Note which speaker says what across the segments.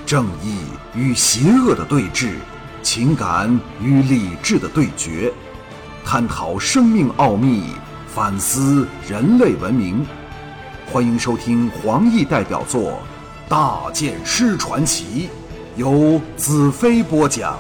Speaker 1: 正义与邪恶的对峙，情感与理智的对决，探讨生命奥秘，反思人类文明。欢迎收听黄奕代表作《大剑师传奇》，由子飞播讲。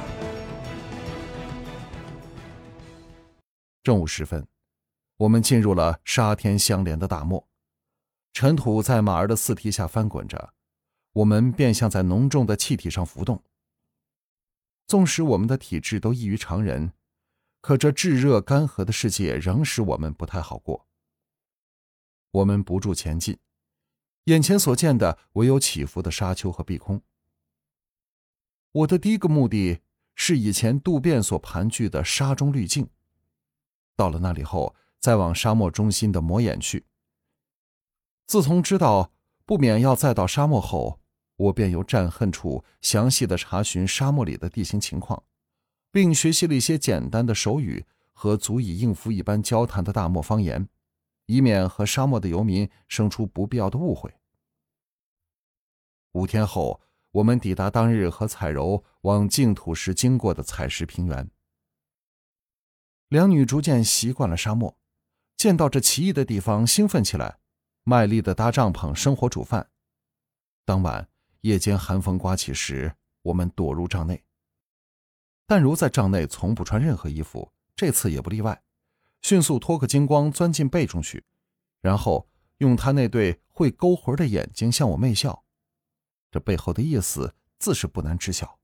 Speaker 2: 正午时分，我们进入了沙天相连的大漠，尘土在马儿的四蹄下翻滚着，我们便像在浓重的气体上浮动。纵使我们的体质都异于常人，可这炙热干涸的世界仍使我们不太好过。我们不住前进，眼前所见的唯有起伏的沙丘和碧空。我的第一个目的是以前渡边所盘踞的沙中滤镜，到了那里后再往沙漠中心的魔眼去。自从知道不免要再到沙漠后，我便由战恨处详细地查询沙漠里的地形情况，并学习了一些简单的手语和足以应付一般交谈的大漠方言，以免和沙漠的游民生出不必要的误会。5天后，我们抵达当日和彩柔往净土时经过的采石平原。两女逐渐习惯了沙漠，见到这奇异的地方兴奋起来，卖力地搭帐篷生火煮饭。当晚夜间寒风刮起时，我们躲入帐内。淡如在帐内从不穿任何衣服，这次也不例外，迅速脱个精光钻进被中去，然后用他那对会勾魂的眼睛向我媚笑，这背后的意思自是不难知晓。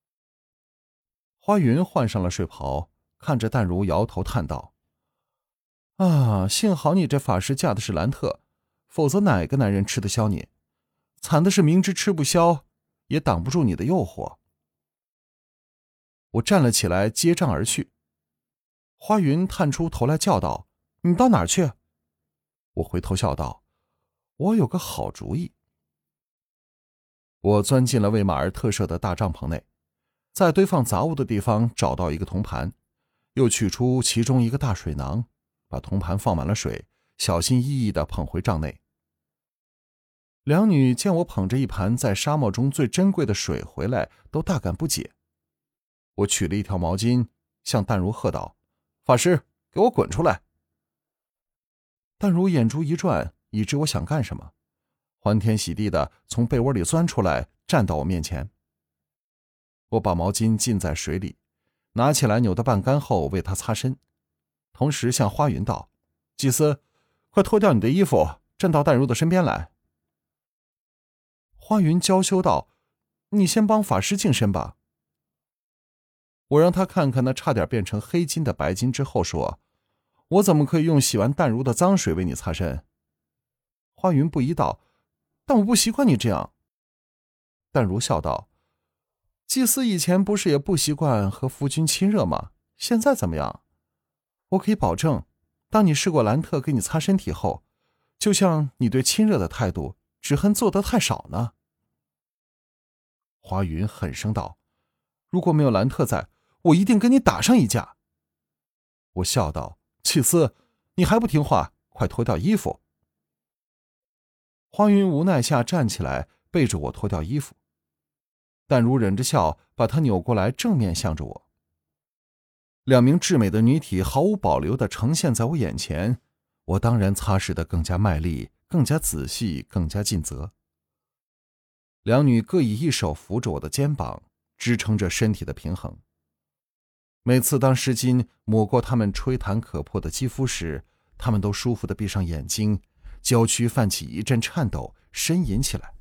Speaker 2: 花云换上了睡袍，看着淡如摇头叹道：幸好你这法师嫁的是兰特，否则哪个男人吃得消你？惨的是明知吃不消，也挡不住你的诱惑。我站了起来，接帐而去。花云探出头来叫道：你到哪儿去？我回头笑道：我有个好主意。我钻进了为马儿特设的大帐篷内，在堆放杂物的地方找到一个铜盘，又取出其中一个大水囊，把铜盘放满了水，小心翼翼地捧回帐内。两女见我捧着一盘在沙漠中最珍贵的水回来，都大感不解。我取了一条毛巾，向淡如喝道：法师，给我滚出来！淡如眼珠一转，已知我想干什么，欢天喜地地从被窝里钻出来，站到我面前。我把毛巾浸在水里，拿起来扭得半干后为她擦身，同时向花云道：祭司，快脱掉你的衣服，站到淡如的身边来。花云娇羞道：你先帮法师净身吧。我让他看看那差点变成黑金的白金之后说：我怎么可以用洗完淡如的脏水为你擦身？花云不依道：但我不习惯你这样。淡如笑道：祭司以前不是也不习惯和夫君亲热吗？现在怎么样？我可以保证，当你试过兰特给你擦身体后，就像你对亲热的态度，只恨做得太少呢。花云狠声道：如果没有兰特在，我一定跟你打上一架。我笑道：祭司，你还不听话，快脱掉衣服。花云无奈下站起来，背着我脱掉衣服。淡如忍着笑，把他扭过来，正面向着我。两名至美的女体毫无保留地呈现在我眼前，我当然擦拭得更加卖力，更加仔细，更加尽责。两女各以一手扶着我的肩膀，支撑着身体的平衡。每次当湿巾抹过她们吹弹可破的肌肤时，她们都舒服地闭上眼睛，娇躯泛起一阵颤抖，呻吟起来。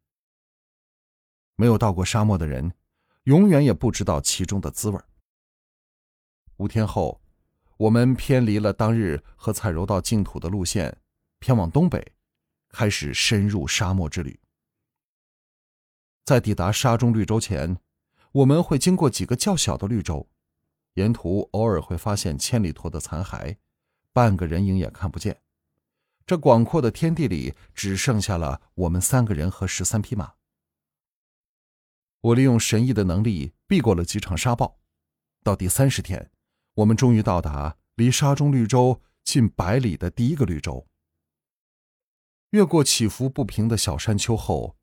Speaker 2: 没有到过沙漠的人，永远也不知道其中的滋味。5天后，我们偏离了当日和彩柔到净土的路线，偏往东北，开始深入沙漠之旅。在抵达沙中绿洲前，我们会经过几个较小的绿洲，沿途偶尔会发现千里驼的残骸，半个人影也看不见。这广阔的天地里只剩下了我们3个人和13匹马。我利用神异的能力避过了几场沙暴，到第30天，我们终于到达离沙中绿洲近100里的第一个绿洲。越过起伏不平的小山丘后，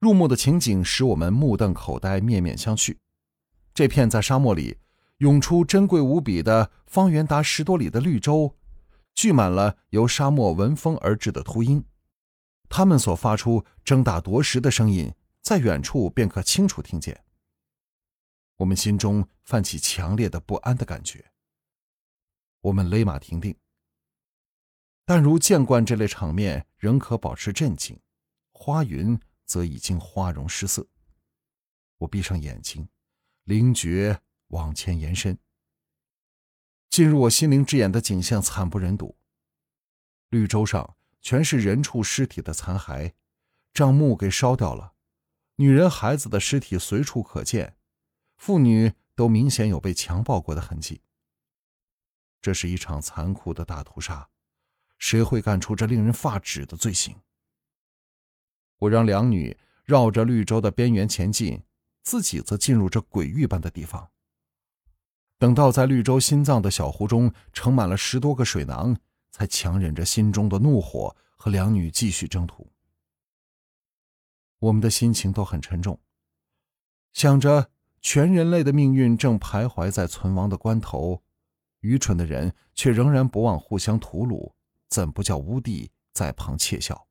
Speaker 2: 入目的情景使我们目瞪口呆，面面相觑。这片在沙漠里涌出珍贵无比的方圆达10多里的绿洲，聚满了由沙漠闻风而至的秃鹰，它们所发出争大夺食的声音，在远处便可清楚听见。我们心中泛起强烈的不安的感觉，我们勒马停定。但如见惯这类场面，仍可保持镇静，花云则已经花容失色。我闭上眼睛，灵觉往前延伸。进入我心灵之眼的景象惨不忍睹，绿洲上全是人畜尸体的残骸，帐幕给烧掉了，女人孩子的尸体随处可见，妇女都明显有被强暴过的痕迹。这是一场残酷的大屠杀，谁会干出这令人发指的罪行？我让两女绕着绿洲的边缘前进，自己则进入这鬼域般的地方。等到在绿洲心脏的小湖中盛满了10多个水囊，才强忍着心中的怒火和两女继续征途。我们的心情都很沉重，想着全人类的命运正徘徊在存亡的关头，愚蠢的人却仍然不忘互相屠戮，怎不叫乌帝在旁窃笑？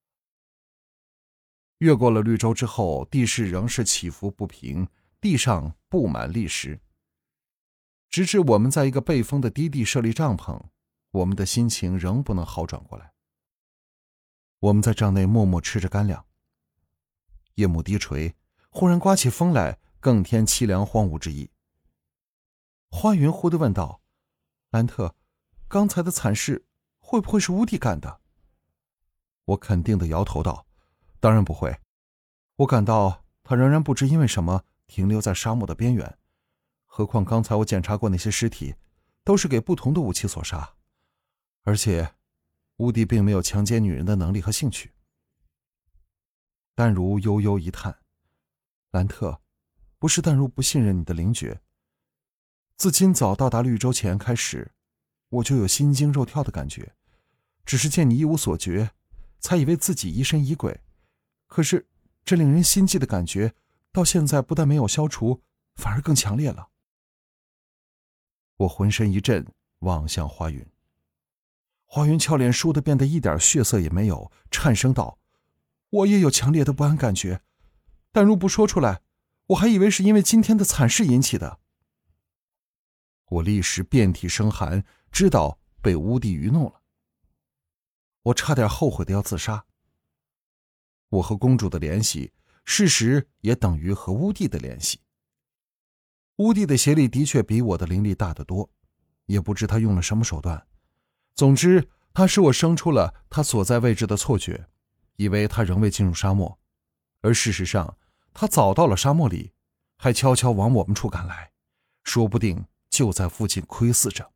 Speaker 2: 越过了绿洲之后，地势仍是起伏不平，地上布满砾石。直至我们在一个背风的低地设立帐篷，我们的心情仍不能好转过来。我们在帐内默默吃着干粮。夜幕低垂，忽然刮起风来，更添凄凉荒芜之意。花云忽地问道：兰特，刚才的惨事会不会是乌帝干的？我肯定地摇头道：当然不会，我感到他仍然不知因为什么停留在沙漠的边缘，何况刚才我检查过那些尸体，都是给不同的武器所杀，而且乌帝并没有强奸女人的能力和兴趣。淡如悠悠一叹：兰特，不是淡如不信任你的灵觉，自今早到达绿洲前开始，我就有心惊肉跳的感觉，只是见你一无所觉，才以为自己疑神疑鬼。可是这令人心悸的感觉到现在不但没有消除，反而更强烈了。我浑身一震，望向花云。花云俏脸倏地变得一点血色也没有，颤声道：我也有强烈的不安感觉，但如不说出来，我还以为是因为今天的惨事引起的。我立时遍体生寒，知道被乌帝愚弄了。我差点后悔的要自杀。我和公主的联系，事实也等于和乌帝的联系。乌帝的邪力的确比我的灵力大得多，也不知他用了什么手段。总之，他使我生出了他所在位置的错觉，以为他仍未进入沙漠，而事实上，他早到了沙漠里，还悄悄往我们处赶来，说不定就在附近窥伺着。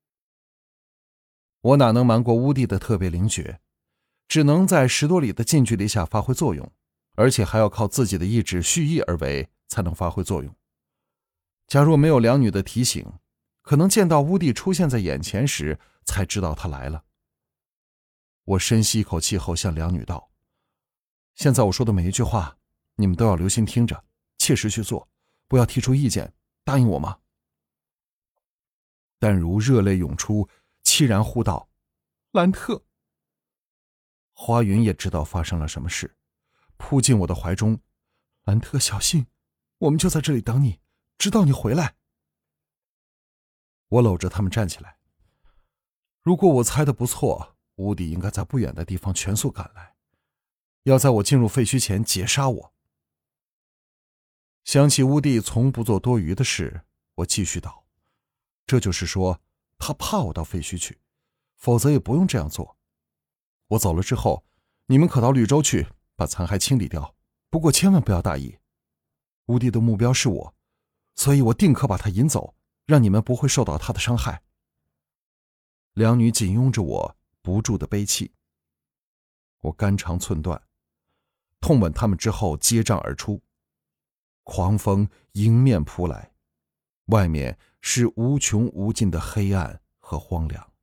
Speaker 2: 我哪能瞒过乌帝的特别灵觉，只能在10多里的近距离下发挥作用，而且还要靠自己的意志蓄意而为才能发挥作用。假若没有两女的提醒，可能见到乌帝出现在眼前时才知道他来了。我深吸一口气后向两女道：现在我说的每一句话，你们都要留心听着，切实去做，不要提出意见，答应我吗？但如热泪涌出，凄然呼道：兰特！花云也知道发生了什么事，扑进我的怀中：兰特，小心，我们就在这里等你，直到你回来。我搂着他们站起来。如果我猜的不错，乌帝应该在不远的地方全速赶来，要在我进入废墟前截杀我。想起乌帝从不做多余的事，我继续道：这就是说，他怕我到废墟去，否则也不用这样做。我走了之后，你们可到绿洲去把残骸清理掉，不过千万不要大意。乌帝的目标是我，所以我定可把他引走，让你们不会受到他的伤害。两女紧拥着我，不住的悲泣。我肝肠寸断，痛吻他们之后接帐而出。狂风迎面扑来，外面是无穷无尽的黑暗和荒凉。